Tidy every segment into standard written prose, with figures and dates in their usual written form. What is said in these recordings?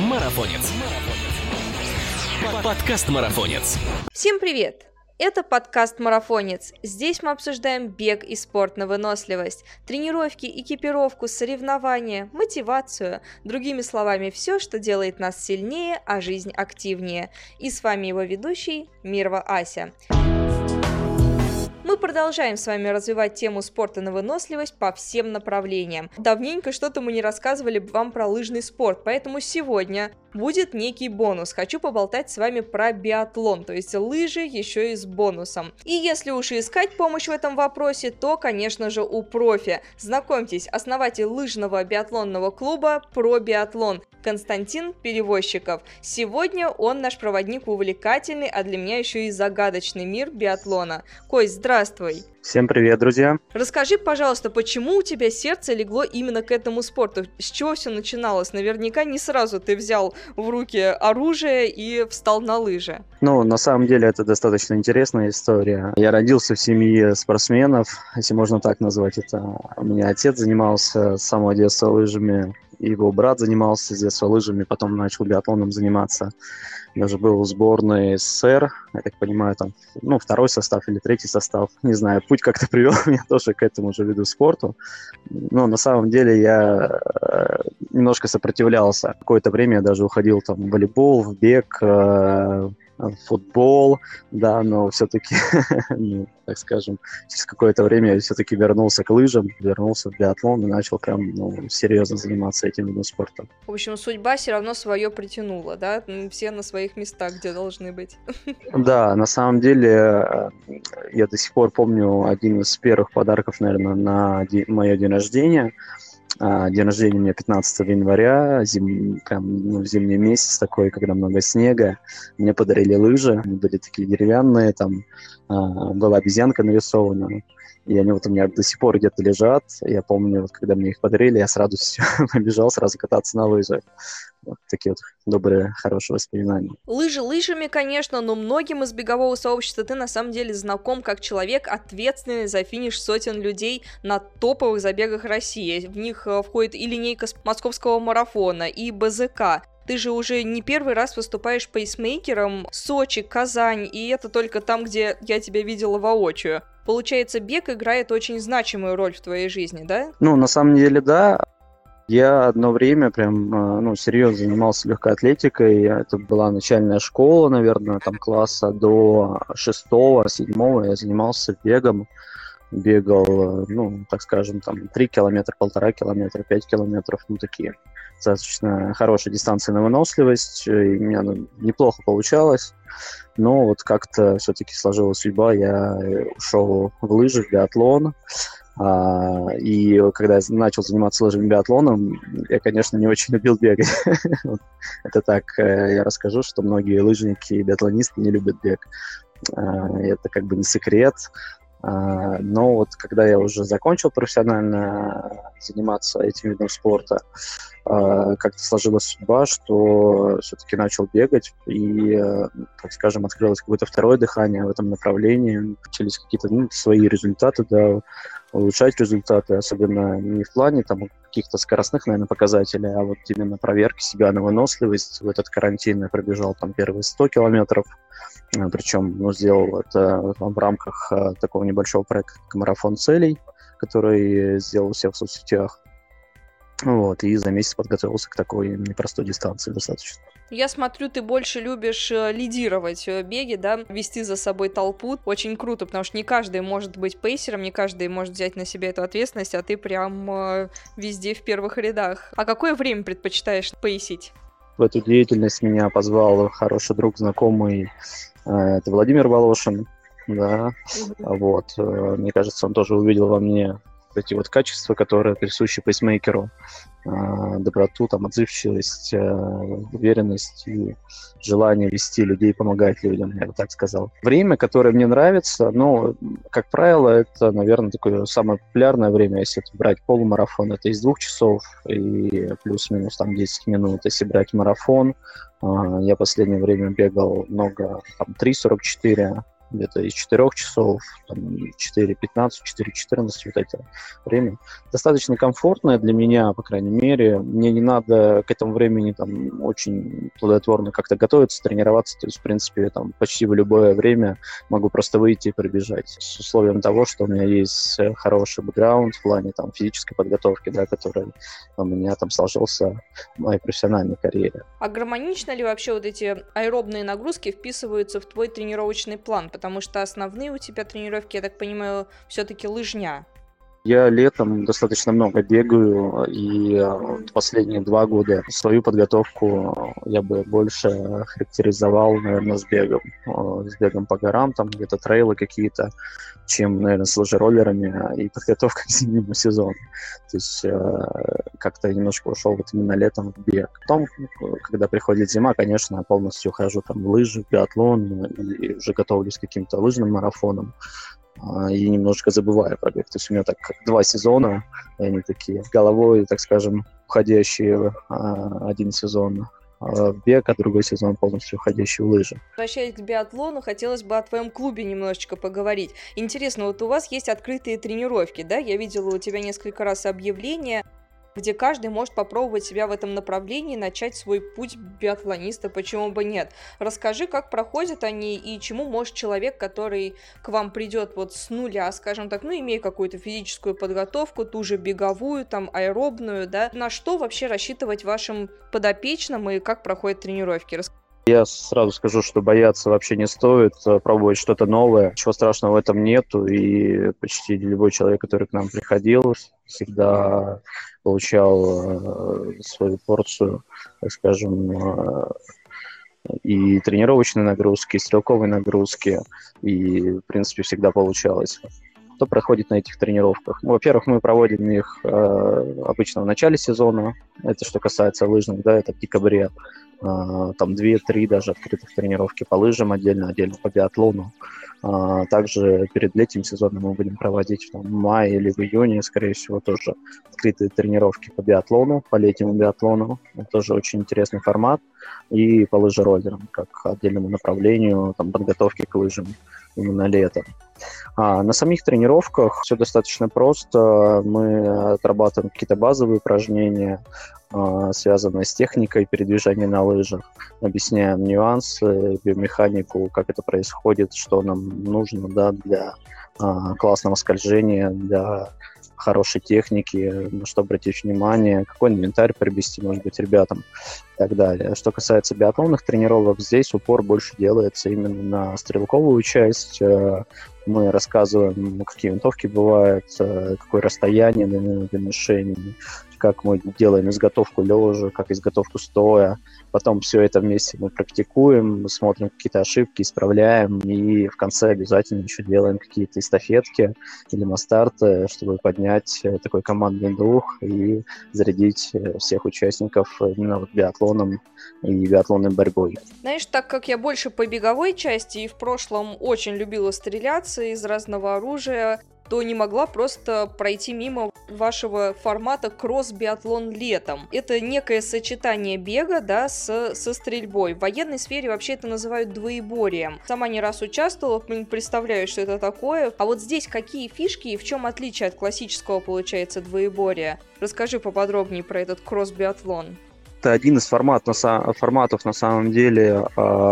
Марафонец. Подкаст «Марафонец». Всем привет! Это подкаст «Марафонец». Здесь мы обсуждаем бег и спорт на выносливость, тренировки, экипировку, соревнования, мотивацию. Другими словами, все, что делает нас сильнее, а жизнь активнее. И с вами его ведущий Мирова Ася. Мы продолжаем с вами развивать тему спорта на выносливость по всем направлениям. Давненько что-то мы не рассказывали вам про лыжный спорт, поэтому сегодня будет некий бонус. Хочу поболтать с вами про биатлон, то есть лыжи еще и с бонусом. И если уж и искать помощь в этом вопросе, то, конечно же, у профи. Знакомьтесь, основатель лыжного биатлонного клуба «Пробиатлон» Константин Перевозчиков. Сегодня он наш проводник в увлекательный, а для меня еще и загадочный мир биатлона. Кость, здравствуй! Всем привет, друзья! Расскажи, пожалуйста, почему у тебя сердце легло именно к этому спорту? С чего все начиналось? Наверняка не сразу ты взял в руки оружие и встал на лыжи. На самом деле, это достаточно интересная история. Я родился в семье спортсменов, если можно так назвать это. У меня отец занимался с самого детства лыжами, его брат занимался с детства лыжами, потом начал биатлоном заниматься. Даже был в сборной СССР, я так понимаю, там, второй состав или третий состав. Не знаю, путь как-то привел меня тоже к этому же виду спорту. Но на самом деле я немножко сопротивлялся. Какое-то время я даже уходил там в волейбол, в бег, футбол, да, но все-таки, так скажем, через какое-то время я все-таки вернулся к лыжам, вернулся в биатлон и начал прям, серьезно заниматься этим видом спорта. В общем, судьба все равно свое притянула, да? Все на своих местах, где должны быть. Да, на самом деле, я до сих пор помню один из первых подарков, наверное, на мое день рождения. День рождения у меня 15 января, в зимний месяц такой, когда много снега. Мне подарили лыжи, они были такие деревянные, там была обезьянка нарисована. И они у меня до сих пор где-то лежат. Я помню, когда мне их подарили, я с радостью побежал сразу кататься на лыжах. Вот такие вот добрые, хорошие воспоминания. Лыжи лыжами, конечно, но многим из бегового сообщества ты на самом деле знаком как человек, ответственный за финиш сотен людей на топовых забегах России. В них входит и линейка московского марафона, и БЗК. Ты же уже не первый раз выступаешь пейсмейкером. Сочи, Казань, и это только там, где я тебя видела воочию. Получается, бег играет очень значимую роль в твоей жизни, да? На самом деле, да. Я одно время прям, серьезно занимался легкой атлетикой. Это была начальная школа, наверное, там класса до 6-7 я занимался бегом. Бегал, так скажем, там 3 километра, 1,5 километра, 5 километров, такие достаточно хорошие дистанции на выносливость. И у меня неплохо получалось. Но вот как-то все-таки сложилась судьба, я ушел в лыжи, в биатлон. И когда я начал заниматься лыжным биатлоном, я, конечно, не очень любил бегать. Это так, я расскажу, что многие лыжники и биатлонисты не любят бег. Это как бы не секрет. Но вот когда я уже закончил профессионально заниматься этим видом спорта, как-то сложилась судьба, что все-таки начал бегать, и, так скажем, открылось какое-то второе дыхание в этом направлении, начались какие-то свои результаты, да, улучшать результаты, особенно не в плане там каких-то скоростных, наверное, показателей, а вот именно проверки себя на выносливость. В этот карантин я пробежал там первые 100 километров, причем сделал это в рамках такого небольшого проекта, как «Марафон целей», который сделал все в соцсетях. И за месяц подготовился к такой непростой дистанции достаточно. Я смотрю, ты больше любишь лидировать в беге, да, вести за собой толпу. Очень круто, потому что не каждый может быть пейсером, не каждый может взять на себя эту ответственность, а ты прям везде в первых рядах. А какое время предпочитаешь пейсить? В эту деятельность меня позвал хороший друг, знакомый, это Владимир Волошин, да, мне кажется, он тоже увидел во мне эти вот качества, которые присущи пейсмейкеру, доброту, отзывчивость, уверенность и желание вести людей, помогать людям, я бы так сказал. Время, которое мне нравится, как правило, это, наверное, такое самое популярное время, если брать полумарафон, это из 2 часов и плюс-минус 10 минут. Если брать марафон, я в последнее время бегал много, 3:44, где-то из 4 часов, там, 4:15, 4:14, вот это время. Достаточно комфортное для меня, по крайней мере. Мне не надо к этому времени там очень плодотворно как-то готовиться, тренироваться. То есть, в принципе, там почти в любое время могу просто выйти и пробежать. С условием того, что у меня есть хороший бэкграунд в плане там физической подготовки, да, который у меня там сложился в моей профессиональной карьере. А гармонично ли вообще вот эти аэробные нагрузки вписываются в твой тренировочный план? Потому что основные у тебя тренировки, я так понимаю, все-таки лыжня. Я летом достаточно много бегаю, и последние 2 года свою подготовку я бы больше характеризовал, наверное, с бегом. С бегом по горам, там где-то трейлы какие-то, чем, наверное, с лыжероллерами и подготовка к зимнему сезону. То есть как-то немножко ушел вот именно летом в бег. Потом, когда приходит зима, конечно, я полностью хожу там в лыжи, в биатлон, и уже готовлюсь к каким-то лыжным марафонам. И немножко забываю про бег. То есть у меня так 2 сезона, и они такие головой, так скажем, уходящие один сезон в бег, а другой сезон полностью уходящий в лыжи. Возвращаясь к биатлону, хотелось бы о твоем клубе немножечко поговорить. Интересно, вот у вас есть открытые тренировки, да? Я видела у тебя несколько раз объявления, где каждый может попробовать себя в этом направлении, начать свой путь биатлониста, почему бы нет. Расскажи, как проходят они и чему может человек, который к вам придет вот с нуля, скажем так, ну, имея какую-то физическую подготовку, ту же беговую, там, аэробную, да, на что вообще рассчитывать вашим подопечным и как проходят тренировки? Я сразу скажу, что бояться вообще не стоит, пробовать что-то новое. Ничего страшного в этом нету, и почти любой человек, который к нам приходил, всегда получал свою порцию, так скажем, и тренировочной нагрузки, и стрелковой нагрузки, и, в принципе, всегда получалось. Кто проходит на этих тренировках? Ну, во-первых, мы проводим их обычно в начале сезона, это что касается лыжных, да, это в декабре. Там 2-3 даже открытых тренировки по лыжам отдельно по биатлону. Также перед летним сезоном мы будем проводить в мае или в июне, скорее всего, тоже открытые тренировки по биатлону, по летнему биатлону. Это тоже очень интересный формат. И по лыжероллерам, как отдельному направлению там, подготовки к лыжам именно летом. На самих тренировках все достаточно просто. Мы отрабатываем какие-то базовые упражнения, связанные с техникой передвижения на лыжах. Объясняем нюансы, биомеханику, как это происходит, что нам нужно, да, для классного скольжения, для хорошей техники, на что обратить внимание, какой инвентарь приобрести, может быть, ребятам и так далее. Что касается биатлонных тренировок, здесь упор больше делается именно на стрелковую часть. Мы рассказываем, какие винтовки бывают, какое расстояние до мишени, как мы делаем изготовку лежа, как изготовку стоя. Потом все это вместе мы практикуем, смотрим какие-то ошибки, исправляем, и в конце обязательно еще делаем какие-то эстафетки или мастарты, чтобы поднять такой командный дух и зарядить всех участников именно вот биатлоном и биатлонной борьбой. Знаешь, так как я больше по беговой части и в прошлом очень любила стреляться из разного оружия, то не могла просто пройти мимо вашего формата кросс-биатлон летом. Это некое сочетание бега, да, со стрельбой. В военной сфере вообще это называют двоеборием. Сама не раз участвовала, представляю, что это такое. А вот здесь какие фишки и в чем отличие от классического, получается, двоебория? Расскажи поподробнее про этот кросс-биатлон. Это один из форматов на самом деле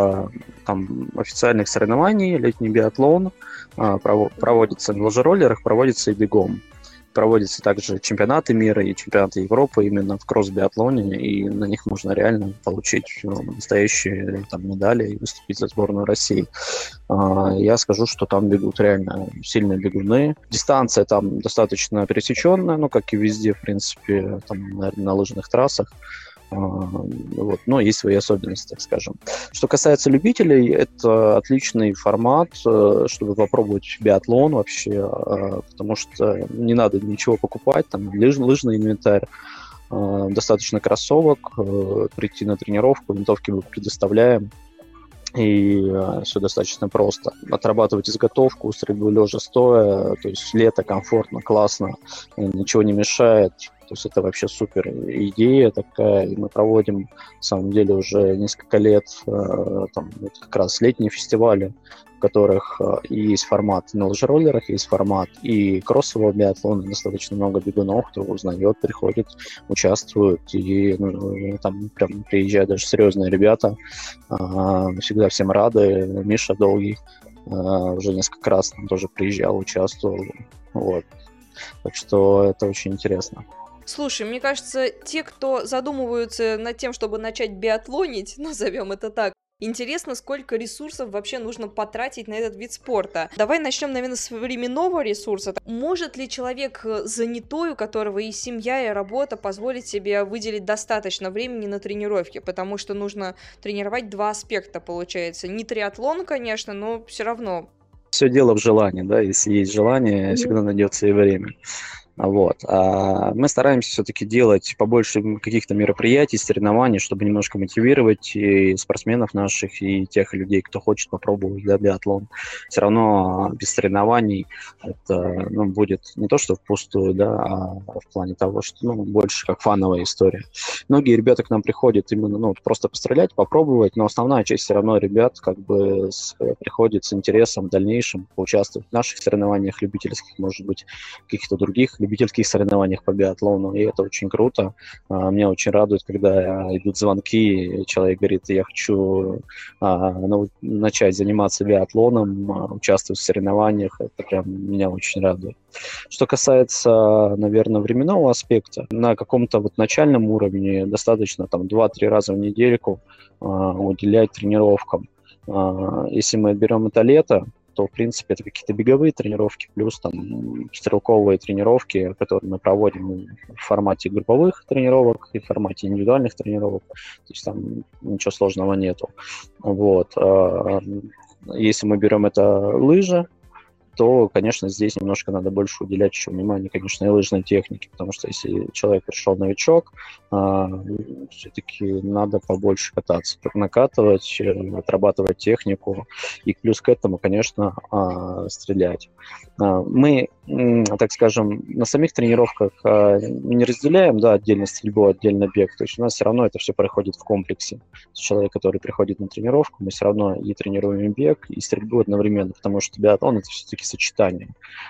там, официальных соревнований, летний биатлон. Проводится на лыжероллерах, проводится и бегом. Проводятся также чемпионаты мира и чемпионаты Европы именно в кросс-биатлоне, и на них можно реально получить настоящие там, медали и выступить за сборную России. Я скажу, что там бегут реально сильные бегуны. Дистанция там достаточно пересеченная, ну, как и везде, в принципе, там, наверное, на лыжных трассах. Вот, но есть свои особенности, так скажем. Что касается любителей, это отличный формат, чтобы попробовать биатлон вообще, потому что не надо ничего покупать, там лыжный инвентарь, достаточно кроссовок, прийти на тренировку, винтовки мы предоставляем, и все достаточно просто. Отрабатывать изготовку, стрельбу лежа стоя, то есть лето комфортно, классно, ничего не мешает. То есть это вообще супер идея такая, и мы проводим, на самом деле, уже несколько лет там, как раз летние фестивали которых и есть формат на лыжероллерах, есть формат и кроссового биатлона, достаточно много бегунов, кто узнает, приходит, участвует, и там прям приезжают даже серьезные ребята, всегда всем рады. Миша Долгий уже несколько раз там тоже приезжал, участвовал, вот. Так что это очень интересно. Слушай, мне кажется, те, кто задумываются над тем, чтобы начать биатлонить, назовем это так, интересно, сколько ресурсов вообще нужно потратить на этот вид спорта. Давай начнем, наверное, с временного ресурса. Может ли человек занятой, у которого и семья, и работа, позволить себе выделить достаточно времени на тренировки? Потому что нужно тренировать два аспекта, получается. Не триатлон, конечно, но все равно. Все дело в желании, да, если есть желание, всегда найдется и время. Вот. А мы стараемся все-таки делать побольше каких-то мероприятий, соревнований, чтобы немножко мотивировать и спортсменов наших, и тех людей, кто хочет попробовать, да, биатлон. Все равно без соревнований это будет не то, что впустую, да, а в плане того, что больше как фановая история. Многие ребята к нам приходят именно просто пострелять, попробовать, но основная часть все равно ребят приходит с интересом в дальнейшем поучаствовать в наших соревнованиях любительских, может быть, каких-то других любительских соревнованиях по биатлону, и это очень круто. Меня очень радует, когда идут звонки, и человек говорит: я хочу начать заниматься биатлоном, участвовать в соревнованиях. Это прям меня очень радует. Что касается, наверное, временного аспекта, на каком-то начальном уровне достаточно 2-3 раза в недельку уделять тренировкам. Если мы берем это лето, то, в принципе, это какие-то беговые тренировки, плюс стрелковые тренировки, которые мы проводим в формате групповых тренировок и в формате индивидуальных тренировок. То есть там ничего сложного нету. Вот. Если мы берем это лыжи, то, конечно, здесь немножко надо больше уделять еще внимания, конечно, и лыжной технике, потому что если человек пришел новичок, все-таки надо побольше кататься, накатывать, отрабатывать технику, и плюс к этому, конечно, стрелять. Мы, так скажем, на самих тренировках не разделяем, да, отдельно стрельбу, отдельно бег, то есть у нас все равно это все проходит в комплексе. Человек, который приходит на тренировку, мы все равно и тренируем и бег, и стрельбу одновременно, потому что биатлон — это все-таки сочетание.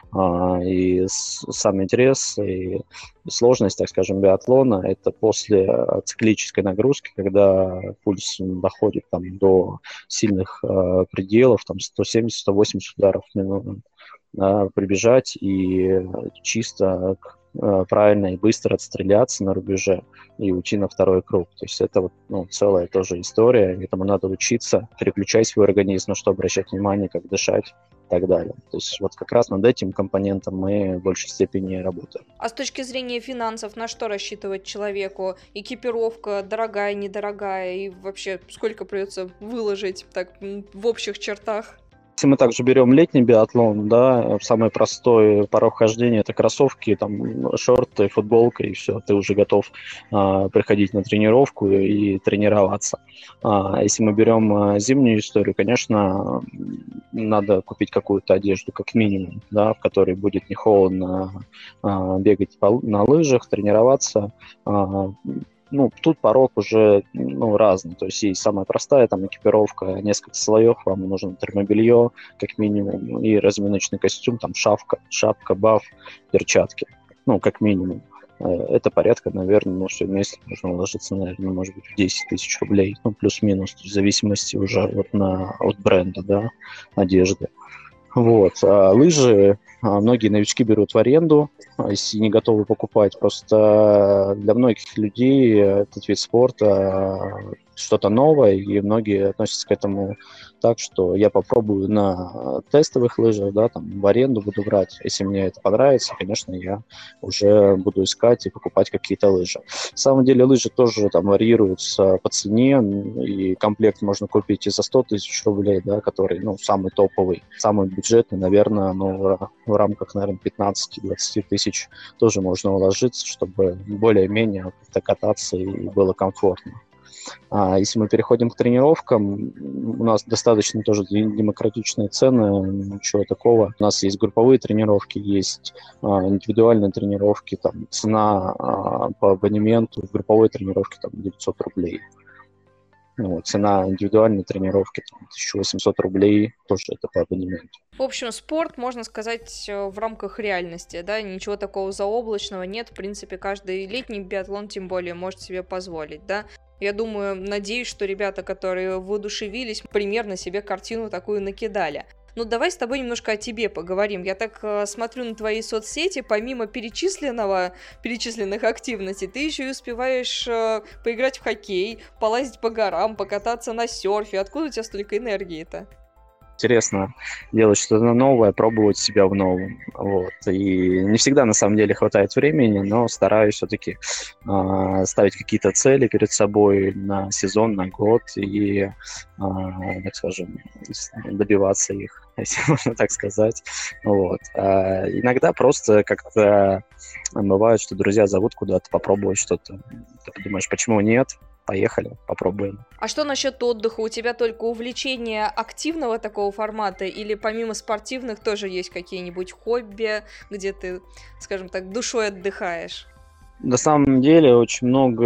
И сам интерес и сложность, так скажем, биатлона — это после циклической нагрузки, когда пульс доходит до сильных пределов, 170-180 ударов в минуту, прибежать и чисто правильно и быстро отстреляться на рубеже и уйти на второй круг. То есть это целая тоже история, этому надо учиться, переключать свой организм, на что обращать внимание, как дышать и так далее. То есть как раз над этим компонентом мы в большей степени работаем. А с точки зрения финансов, на что рассчитывать человеку? Экипировка дорогая, недорогая, и вообще сколько придется выложить так в общих чертах? Если мы также берем летний биатлон, да, самый простой порог хождения — это кроссовки, шорты, футболка, и все, ты уже готов приходить на тренировку и тренироваться. Если мы берем зимнюю историю, конечно, надо купить какую-то одежду, как минимум, да, в которой будет не холодно бегать на лыжах, тренироваться. Тут порог уже разный. То есть есть самая простая экипировка, несколько слоев, вам нужно термобелье, как минимум, и разминочный костюм, шапка, баф, перчатки. Как минимум. Это порядка, наверное, все вместе можно уложиться, наверное, может быть, в 10 тысяч рублей, плюс-минус, в зависимости уже от бренда, да, одежды. Вот. Лыжи многие новички берут в аренду, если не готовы покупать. Просто для многих людей этот вид спорта что-то новое, и многие относятся к этому так, что я попробую на тестовых лыжах, да, в аренду буду брать. Если мне это понравится, конечно, я уже буду искать и покупать какие-то лыжи. На самом деле лыжи тоже варьируются по цене, и комплект можно купить и за 100 тысяч рублей, да, который, самый топовый, самый бюджетный, наверное, в рамках, наверное, 15-20 тысяч тоже можно уложиться, чтобы более-менее кататься и было комфортно. Если мы переходим к тренировкам, у нас достаточно тоже демократичные цены, ничего такого. У нас есть групповые тренировки, есть индивидуальные тренировки, цена по абонементу в групповой тренировке 900 рублей. Ну, вот, цена индивидуальной тренировки там, 1800 рублей, тоже это по абонементу. В общем, спорт, можно сказать, в рамках реальности, да, ничего такого заоблачного нет, в принципе, каждый летний биатлон, тем более, может себе позволить, да. Я думаю, надеюсь, что ребята, которые воодушевились, примерно себе картину такую накидали. Ну, давай с тобой немножко о тебе поговорим. Я так смотрю на твои соцсети, помимо перечисленных активностей, ты еще и успеваешь поиграть в хоккей, полазить по горам, покататься на серфе. Откуда у тебя столько энергии-то? Интересно делать что-то новое, пробовать себя в новом. Вот. И не всегда, на самом деле, хватает времени, но стараюсь все-таки ставить какие-то цели перед собой на сезон, на год и, так скажем, добиваться их, если можно так сказать. Вот. Иногда просто как-то бывает, что друзья зовут куда-то попробовать что-то. Ты подумаешь, почему нет? Поехали, попробуем. А что насчет отдыха? У тебя только увлечение активного такого формата или помимо спортивных тоже есть какие-нибудь хобби, где ты, скажем так, душой отдыхаешь? На самом деле очень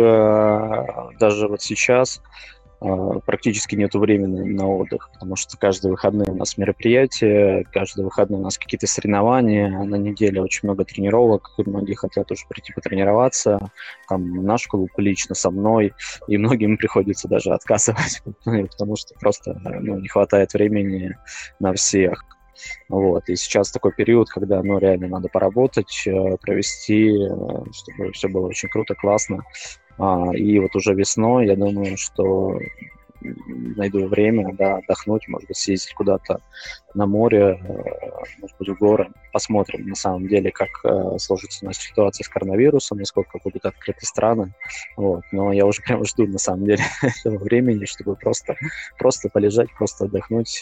много, даже вот сейчас, практически нету времени на отдых, потому что каждые выходные у нас мероприятия, каждые выходные у нас какие-то соревнования, на неделе очень много тренировок, и многие хотят уже прийти потренироваться, там, наш клуб лично со мной, и многим приходится даже отказывать, потому что просто не хватает времени на всех. Вот. И сейчас такой период, когда реально надо поработать, провести, чтобы все было очень круто, классно. И вот уже весной, я думаю, что найду время, да, отдохнуть, может быть, съездить куда-то на море, может быть, в горы. Посмотрим, на самом деле, как сложится у нас ситуация с коронавирусом, насколько будут открыты страны. Вот. Но я уже прямо жду, на самом деле, этого времени, чтобы просто полежать, просто отдохнуть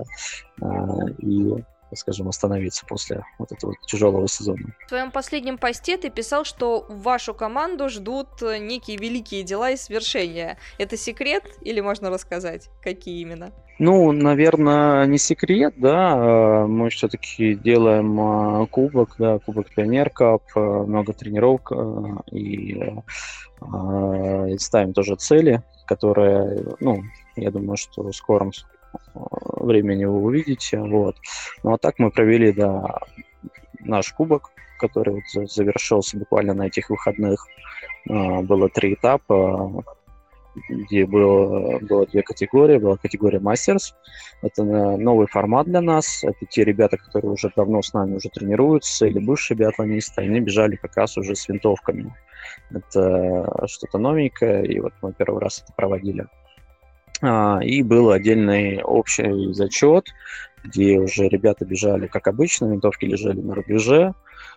и, скажем, остановиться после вот этого тяжелого сезона. В своем последнем посте ты писал, что вашу команду ждут некие великие дела и свершения. Это секрет или можно рассказать, какие именно? Ну, наверное, не секрет, да, мы все-таки делаем кубок, да, Кубок Пионер Кап, много тренировок и ставим тоже цели, которые, я думаю, что в скором времени вы увидите, вот. Ну, а так мы провели, да, наш кубок, который вот завершился буквально на этих выходных. Было 3 этапа, где было 2 категории. Была категория Мастерс. Это новый формат для нас. Это те ребята, которые уже давно с нами уже тренируются, или бывшие биатлонисты. Они бежали как раз уже с винтовками. Это что-то новенькое, и вот мы первый раз это проводили. И был отдельный общий зачет, где уже ребята бежали, как обычно, винтовки лежали на рубеже,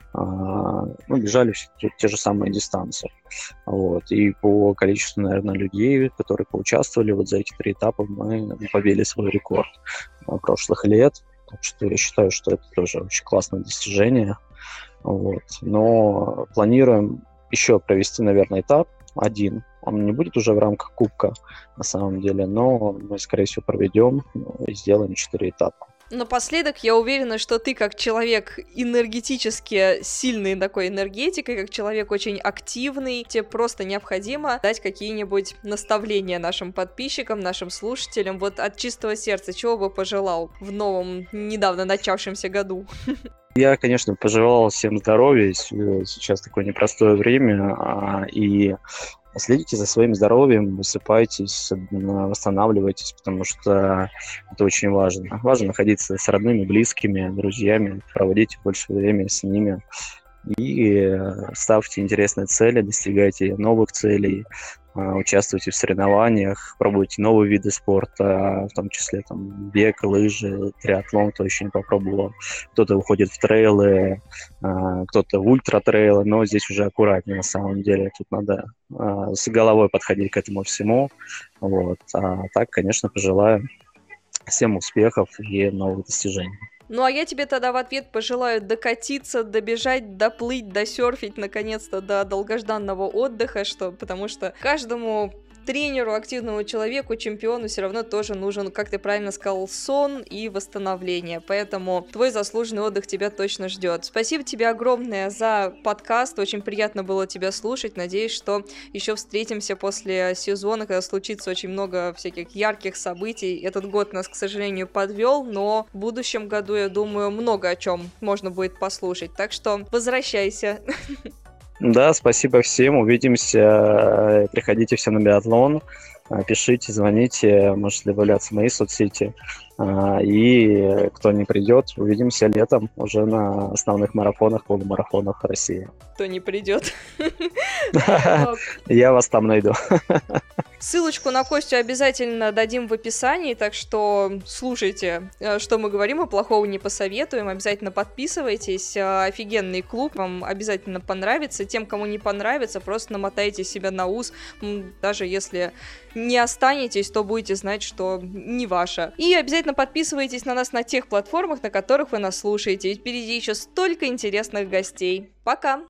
бежали те же самые дистанции. Вот. И по количеству, наверное, людей, которые поучаствовали вот за эти 3 этапа, мы побили свой рекорд прошлых лет. Так что я считаю, что это тоже очень классное достижение. Вот. Но планируем еще провести, наверное, этап один. Он не будет уже в рамках кубка, на самом деле, но мы, скорее всего, проведем и сделаем 4 этапа. Напоследок, я уверена, что ты как человек энергетически сильный такой энергетикой, как человек очень активный, тебе просто необходимо дать какие-нибудь наставления нашим подписчикам, нашим слушателям, вот от чистого сердца, чего бы пожелал в новом, недавно начавшемся году? Я, конечно, пожелал всем здоровья, сейчас такое непростое время, и следите за своим здоровьем, высыпайтесь, восстанавливайтесь, потому что это очень важно. Важно находиться с родными, близкими, друзьями, проводить больше времени с ними. И ставьте интересные цели, достигайте новых целей, участвуйте в соревнованиях, пробуйте новые виды спорта, в том числе там, бег, лыжи, триатлон, кто еще не попробовал. Кто-то уходит в трейлы, кто-то в ультра-трейлы, но здесь уже аккуратнее на самом деле. Тут надо с головой подходить к этому всему. Вот. А так, конечно, пожелаю всем успехов и новых достижений. Ну, а я тебе тогда в ответ пожелаю докатиться, добежать, доплыть, досерфить, наконец-то, до долгожданного отдыха, потому что каждому тренеру, активному человеку, чемпиону все равно тоже нужен, как ты правильно сказал, сон и восстановление. Поэтому твой заслуженный отдых тебя точно ждет. Спасибо тебе огромное за подкаст. Очень приятно было тебя слушать. Надеюсь, что еще встретимся после сезона, когда случится очень много всяких ярких событий. Этот год нас, к сожалению, подвел, но в будущем году, я думаю, много о чем можно будет послушать. Так что возвращайся. Да, спасибо всем, увидимся, приходите все на биатлон, пишите, звоните, можете добавляться в мои соцсети, и кто не придет, увидимся летом уже на основных марафонах, полумарафонах России. Кто не придет. Я вас там найду. Ссылочку на Костю обязательно дадим в описании, так что слушайте, что мы говорим, а плохого не посоветуем. Обязательно подписывайтесь, офигенный клуб, вам обязательно понравится. Тем, кому не понравится, просто намотайте себя на ус, даже если не останетесь, то будете знать, что не ваше. И обязательно подписывайтесь на нас на тех платформах, на которых вы нас слушаете, ведь впереди еще столько интересных гостей. Пока!